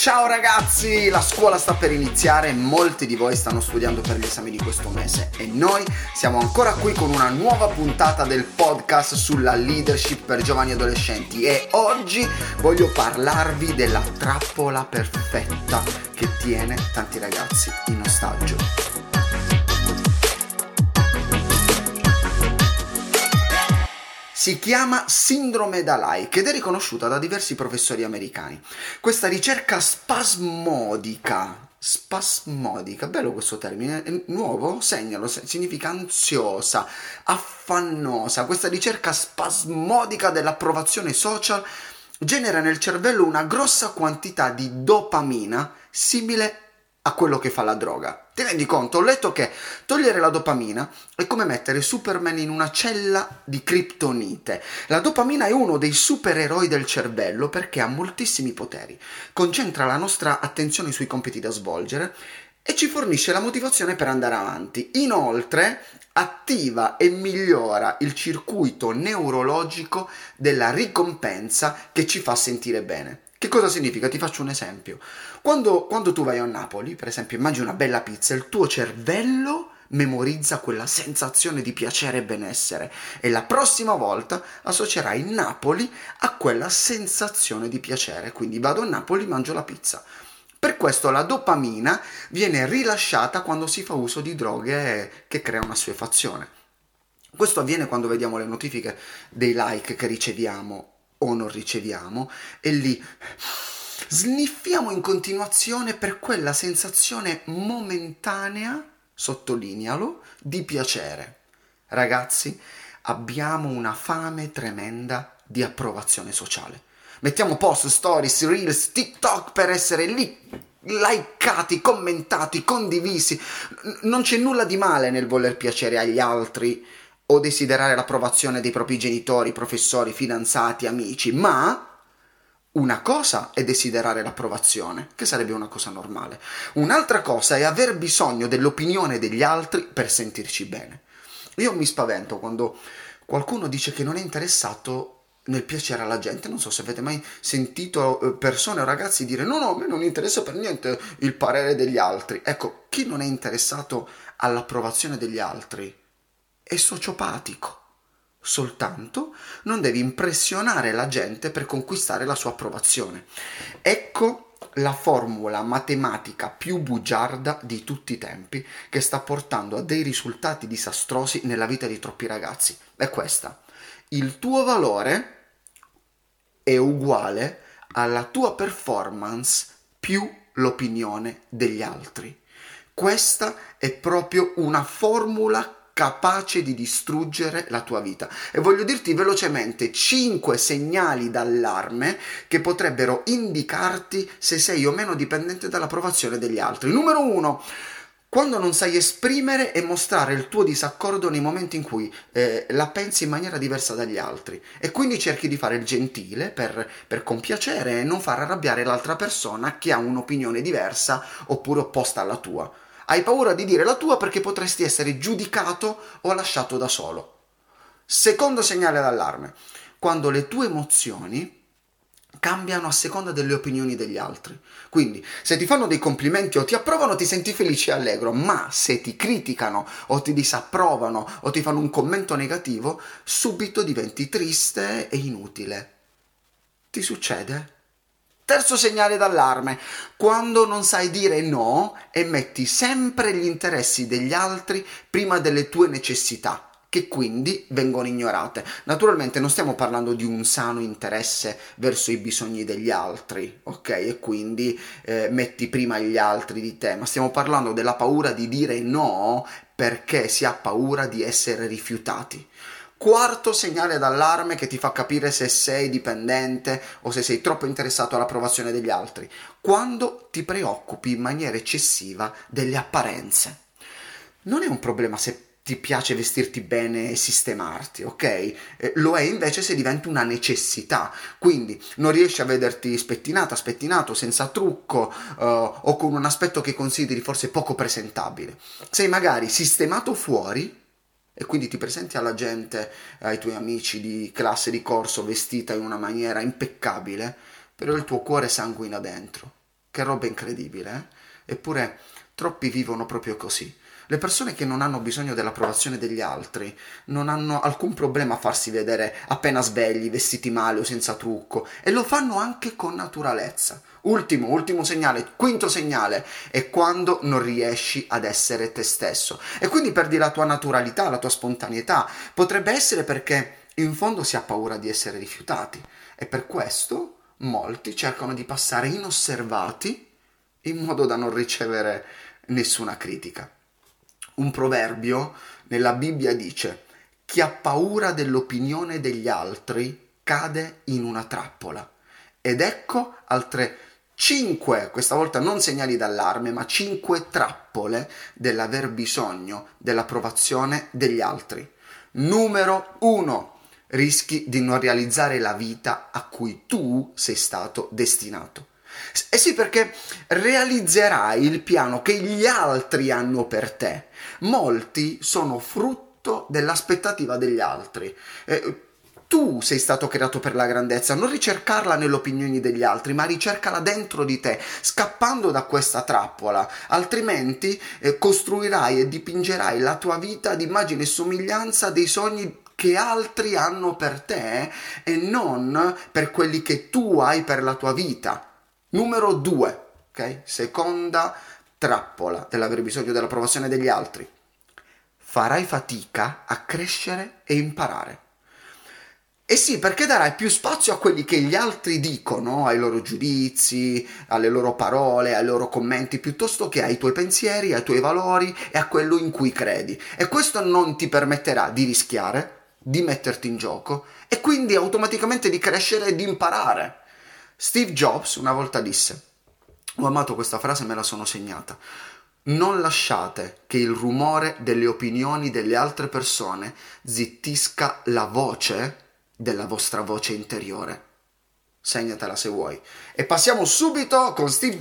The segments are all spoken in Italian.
Ciao ragazzi, la scuola sta per iniziare, molti di voi stanno studiando per gli esami di questo mese e noi siamo ancora qui con una nuova puntata del podcast sulla leadership per giovani e adolescenti e oggi voglio parlarvi della trappola perfetta che tiene tanti ragazzi in ostaggio. Si chiama sindrome Dalai ed è riconosciuta da diversi professori americani. Questa ricerca spasmodica, bello questo termine, è nuovo? Segnalo, significa ansiosa, affannosa. Questa ricerca spasmodica dell'approvazione social genera nel cervello una grossa quantità di dopamina simile a quello che fa la droga. Ti rendi conto? Ho letto che togliere la dopamina è come mettere Superman in una cella di criptonite. La dopamina è uno dei supereroi del cervello perché ha moltissimi poteri, concentra la nostra attenzione sui compiti da svolgere e ci fornisce la motivazione per andare avanti. Inoltre attiva e migliora il circuito neurologico della ricompensa che ci fa sentire bene. Che cosa significa? Ti faccio un esempio. Quando tu vai a Napoli, per esempio, mangi una bella pizza, il tuo cervello memorizza quella sensazione di piacere e benessere e la prossima volta associerai Napoli a quella sensazione di piacere. Quindi vado a Napoli, mangio la pizza. Per questo la dopamina viene rilasciata quando si fa uso di droghe che creano assuefazione. Questo avviene quando vediamo le notifiche dei like che riceviamo o non riceviamo e lì sniffiamo in continuazione per quella sensazione momentanea, sottolinealo, di piacere. Ragazzi, abbiamo una fame tremenda di approvazione sociale. Mettiamo post, stories, reels, TikTok per essere lì, likeati, commentati, condivisi. Non c'è nulla di male nel voler piacere agli altri o desiderare l'approvazione dei propri genitori, professori, fidanzati, amici, ma una cosa è desiderare l'approvazione, che sarebbe una cosa normale. Un'altra cosa è aver bisogno dell'opinione degli altri per sentirci bene. Io mi spavento quando qualcuno dice che non è interessato nel piacere alla gente. Non so se avete mai sentito persone o ragazzi dire no, a me non interessa per niente il parere degli altri. Ecco, chi non è interessato all'approvazione degli altri è sociopatico. Soltanto non devi impressionare la gente per conquistare la sua approvazione. Ecco la formula matematica più bugiarda di tutti i tempi che sta portando a dei risultati disastrosi nella vita di troppi ragazzi. È questa. Il tuo valore è uguale alla tua performance più l'opinione degli altri. Questa è proprio una formula capace di distruggere la tua vita. E voglio dirti velocemente 5 segnali d'allarme che potrebbero indicarti se sei o meno dipendente dall'approvazione degli altri. Numero 1. Quando non sai esprimere e mostrare il tuo disaccordo nei momenti in cui la pensi in maniera diversa dagli altri e quindi cerchi di fare il gentile per compiacere e non far arrabbiare l'altra persona che ha un'opinione diversa oppure opposta alla tua. Hai paura di dire la tua perché potresti essere giudicato o lasciato da solo. Secondo segnale d'allarme, quando le tue emozioni cambiano a seconda delle opinioni degli altri. Quindi, se ti fanno dei complimenti o ti approvano, ti senti felice e allegro, ma se ti criticano o ti disapprovano o ti fanno un commento negativo, subito diventi triste e inutile. Ti succede? Terzo segnale d'allarme, quando non sai dire no e metti sempre gli interessi degli altri prima delle tue necessità, che quindi vengono ignorate. Naturalmente non stiamo parlando di un sano interesse verso i bisogni degli altri, ok? E quindi metti prima gli altri di te, ma stiamo parlando della paura di dire no perché si ha paura di essere rifiutati. Quarto segnale d'allarme che ti fa capire se sei dipendente o se sei troppo interessato all'approvazione degli altri. Quando ti preoccupi in maniera eccessiva delle apparenze. Non è un problema se ti piace vestirti bene e sistemarti, ok? Lo è invece se diventa una necessità. Quindi non riesci a vederti spettinata, spettinato, senza trucco o con un aspetto che consideri forse poco presentabile. Sei magari sistemato fuori e quindi ti presenti alla gente, ai tuoi amici di classe, di corso, vestita in una maniera impeccabile, però il tuo cuore sanguina dentro. Che roba incredibile, eh? Eppure troppi vivono proprio così. Le persone che non hanno bisogno dell'approvazione degli altri non hanno alcun problema a farsi vedere appena svegli, vestiti male o senza trucco, e lo fanno anche con naturalezza. Ultimo segnale, quinto segnale, è quando non riesci ad essere te stesso. E quindi perdi la tua naturalità, la tua spontaneità. Potrebbe essere perché in fondo si ha paura di essere rifiutati. E per questo molti cercano di passare inosservati in modo da non ricevere nessuna critica. Un proverbio nella Bibbia dice: chi ha paura dell'opinione degli altri cade in una trappola. Ed ecco altre 5, questa volta non segnali d'allarme, ma 5 trappole dell'aver bisogno dell'approvazione degli altri. Numero 1. Rischi di non realizzare la vita a cui tu sei stato destinato. Eh sì, perché realizzerai il piano che gli altri hanno per te. Molti sono frutto dell'aspettativa degli altri. Tu sei stato creato per la grandezza, non ricercarla nelle opinioni degli altri, ma ricercala dentro di te, scappando da questa trappola, altrimenti costruirai e dipingerai la tua vita ad immagine e somiglianza dei sogni che altri hanno per te e non per quelli che tu hai per la tua vita. Numero 2, ok? Seconda trappola dell'avere bisogno dell'approvazione degli altri. Farai fatica a crescere e imparare. E sì, perché darai più spazio a quelli che gli altri dicono, ai loro giudizi, alle loro parole, ai loro commenti, piuttosto che ai tuoi pensieri, ai tuoi valori e a quello in cui credi. E questo non ti permetterà di rischiare, di metterti in gioco e quindi automaticamente di crescere e di imparare. Steve Jobs una volta disse, ho amato questa frase, me la sono segnata: non lasciate che il rumore delle opinioni delle altre persone zittisca la voce della vostra voce interiore. Segnatela se vuoi. E passiamo subito con Steve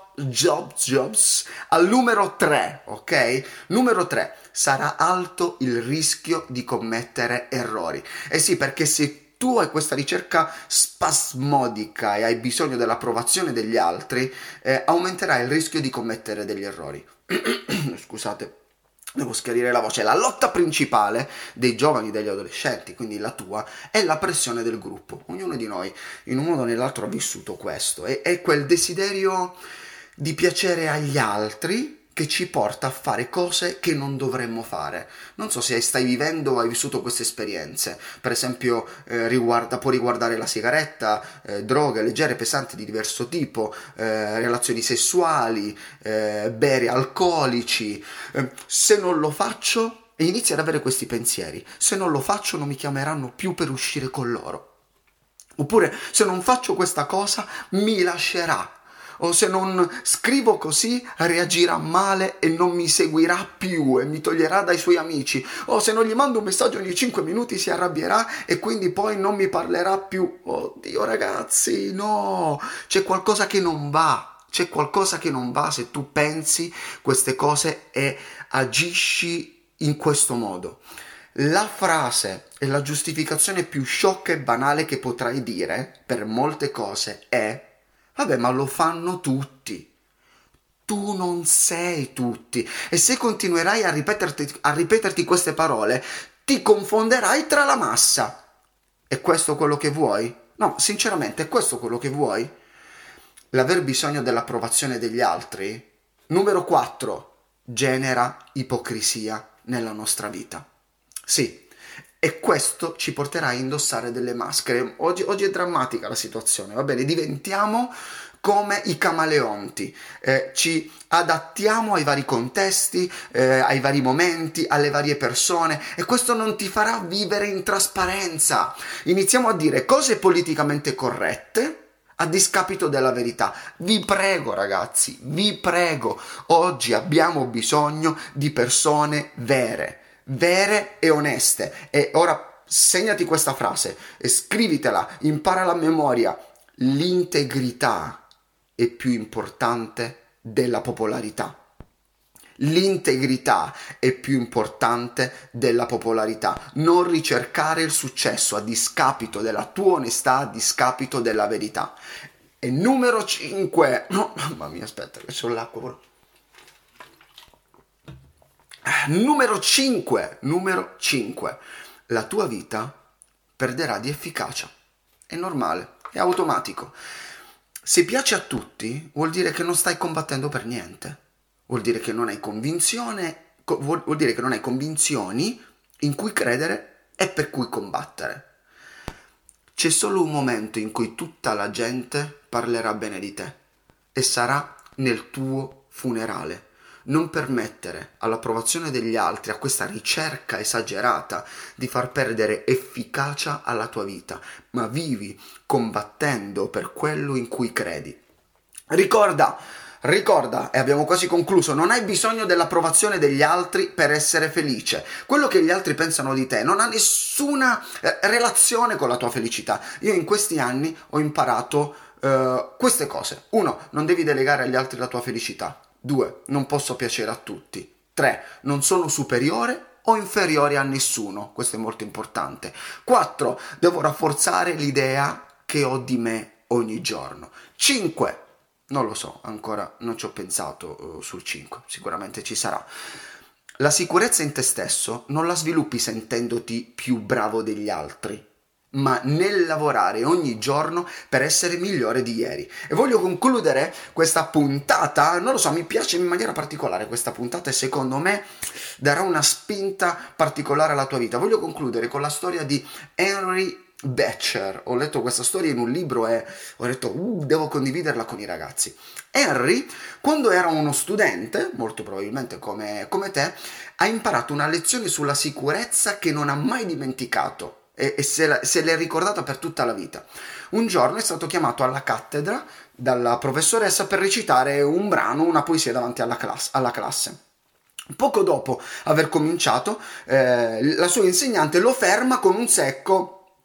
Jobs al numero 3, ok? Numero 3, sarà alto il rischio di commettere errori. Eh sì, perché se tu hai questa ricerca spasmodica e hai bisogno dell'approvazione degli altri, aumenterà il rischio di commettere degli errori. Scusate, devo schiarire la voce. La lotta principale dei giovani, degli adolescenti, quindi la tua, è la pressione del gruppo. Ognuno di noi, in un modo o nell'altro, ha vissuto questo. È quel desiderio di piacere agli altri che ci porta a fare cose che non dovremmo fare. Non so se stai vivendo o hai vissuto queste esperienze. Per esempio, può riguardare la sigaretta, droghe leggere, pesanti di diverso tipo, relazioni sessuali, bere alcolici. Se non lo faccio, e inizi ad avere questi pensieri, se non lo faccio non mi chiameranno più per uscire con loro. Oppure, se non faccio questa cosa, mi lascerà. O se non scrivo così reagirà male e non mi seguirà più e mi toglierà dai suoi amici. O se non gli mando un messaggio ogni 5 minuti si arrabbierà e quindi poi non mi parlerà più. Oddio ragazzi, no! C'è qualcosa che non va. C'è qualcosa che non va se tu pensi queste cose e agisci in questo modo. La frase e la giustificazione più sciocca e banale che potrai dire per molte cose è: vabbè, ma lo fanno tutti. Tu non sei tutti. E se continuerai a ripeterti queste parole, ti confonderai tra la massa. È questo quello che vuoi? No, sinceramente, è questo quello che vuoi? L'aver bisogno dell'approvazione degli altri? Numero 4. Genera ipocrisia nella nostra vita. Sì. E questo ci porterà a indossare delle maschere. Oggi è drammatica la situazione, va bene? Diventiamo come i camaleonti, ci adattiamo ai vari contesti, ai vari momenti, alle varie persone, e questo non ti farà vivere in trasparenza. Iniziamo a dire cose politicamente corrette a discapito della verità. Vi prego ragazzi, vi prego, oggi abbiamo bisogno di persone vere e oneste. E ora segnati questa frase e scrivitela, imparala a memoria: l'integrità è più importante della popolarità. L'integrità è più importante della popolarità. Non ricercare il successo a discapito della tua onestà, a discapito della verità. E numero 5, no, mamma mia, aspetta che c'ho l'acqua. Numero 5, la tua vita perderà di efficacia. È normale, è automatico. Se piace a tutti, vuol dire che non stai combattendo per niente. Vuol dire che non hai vuol dire che non hai convinzioni in cui credere e per cui combattere. C'è solo un momento in cui tutta la gente parlerà bene di te e sarà nel tuo funerale. Non permettere all'approvazione degli altri, a questa ricerca esagerata, di far perdere efficacia alla tua vita, ma vivi combattendo per quello in cui credi. Ricorda, e abbiamo quasi concluso, non hai bisogno dell'approvazione degli altri per essere felice. Quello che gli altri pensano di te non ha nessuna relazione con la tua felicità. Io in questi anni ho imparato queste cose. 1. Non devi delegare agli altri la tua felicità. 2. Non posso piacere a tutti. 3. Non sono superiore o inferiore a nessuno. Questo è molto importante. 4. Devo rafforzare l'idea che ho di me ogni giorno. 5. Non lo so, ancora non ci ho pensato sul 5. Sicuramente ci sarà. La sicurezza in te stesso non la sviluppi sentendoti più bravo degli altri, ma nel lavorare ogni giorno per essere migliore di ieri. E voglio concludere questa puntata, non lo so, mi piace in maniera particolare questa puntata e secondo me darà una spinta particolare alla tua vita. Voglio concludere con la storia di Henry Beecher. Ho letto questa storia in un libro e ho detto devo condividerla con i ragazzi. Henry, quando era uno studente, molto probabilmente come te, ha imparato una lezione sulla sicurezza che non ha mai dimenticato e se l'è ricordata per tutta la vita. Un giorno è stato chiamato alla cattedra dalla professoressa per recitare un brano, una poesia davanti alla classe. Poco dopo aver cominciato, la sua insegnante lo ferma con un secco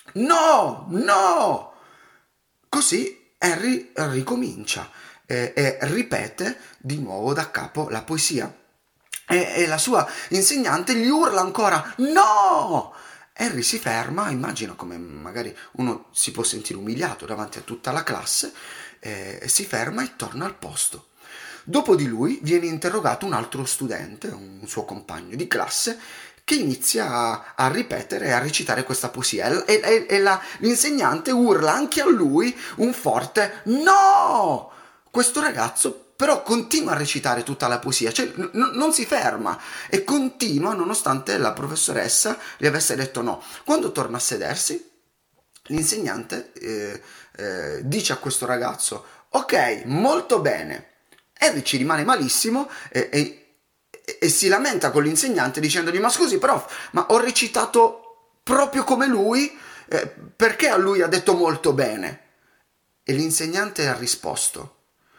no! Così Henry ricomincia e ripete di nuovo da capo la poesia e la sua insegnante gli urla ancora no! Henry si ferma, immagina come magari uno si può sentire umiliato davanti a tutta la classe, si ferma e torna al posto. Dopo di lui viene interrogato un altro studente, un suo compagno di classe, che inizia a ripetere e a recitare questa poesia e l'insegnante urla anche a lui un forte no! Questo ragazzo però continua a recitare tutta la poesia, cioè non si ferma e continua nonostante la professoressa gli avesse detto no. Quando torna a sedersi, l'insegnante dice a questo ragazzo ok, molto bene. Henry ci rimane malissimo e si lamenta con l'insegnante dicendogli ma scusi prof, ma ho recitato proprio come lui, perché a lui ha detto molto bene? E l'insegnante ha risposto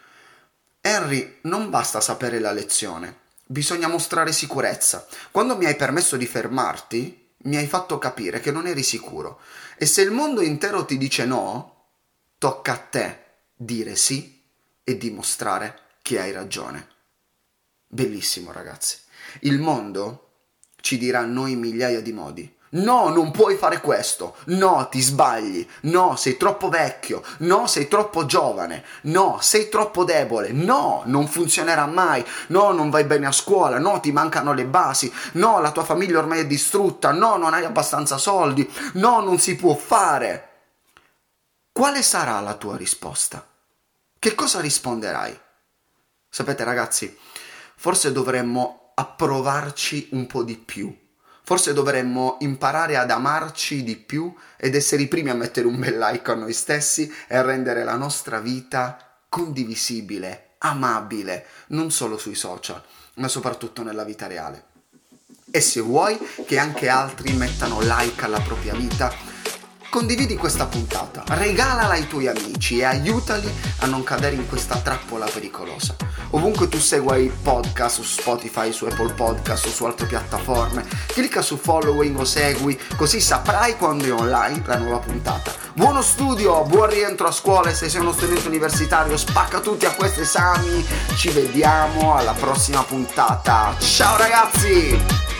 Henry, non basta sapere la lezione, bisogna mostrare sicurezza. Quando mi hai permesso di fermarti, mi hai fatto capire che non eri sicuro. E se il mondo intero ti dice no, tocca a te dire sì e dimostrare che hai ragione. Bellissimo, ragazzi. Il mondo ci dirà a noi migliaia di modi. No, non puoi fare questo. No, ti sbagli. No, sei troppo vecchio. No, sei troppo giovane. No, sei troppo debole. No, non funzionerà mai. No, non vai bene a scuola. No, ti mancano le basi. No, la tua famiglia ormai è distrutta. No, non hai abbastanza soldi. No, non si può fare. Quale sarà la tua risposta? Che cosa risponderai? Sapete, ragazzi, forse dovremmo approvarci un po' di più. Forse dovremmo imparare ad amarci di più ed essere i primi a mettere un bel like a noi stessi e a rendere la nostra vita condivisibile, amabile, non solo sui social, ma soprattutto nella vita reale. E se vuoi che anche altri mettano like alla propria vita, condividi questa puntata, regalala ai tuoi amici e aiutali a non cadere in questa trappola pericolosa. Ovunque tu segua il podcast, su Spotify, su Apple Podcast o su altre piattaforme, clicca su following o segui, così saprai quando è online la nuova puntata. Buono studio, buon rientro a scuola e se sei uno studente universitario spacca tutti a questi esami. Ci vediamo alla prossima puntata. Ciao ragazzi!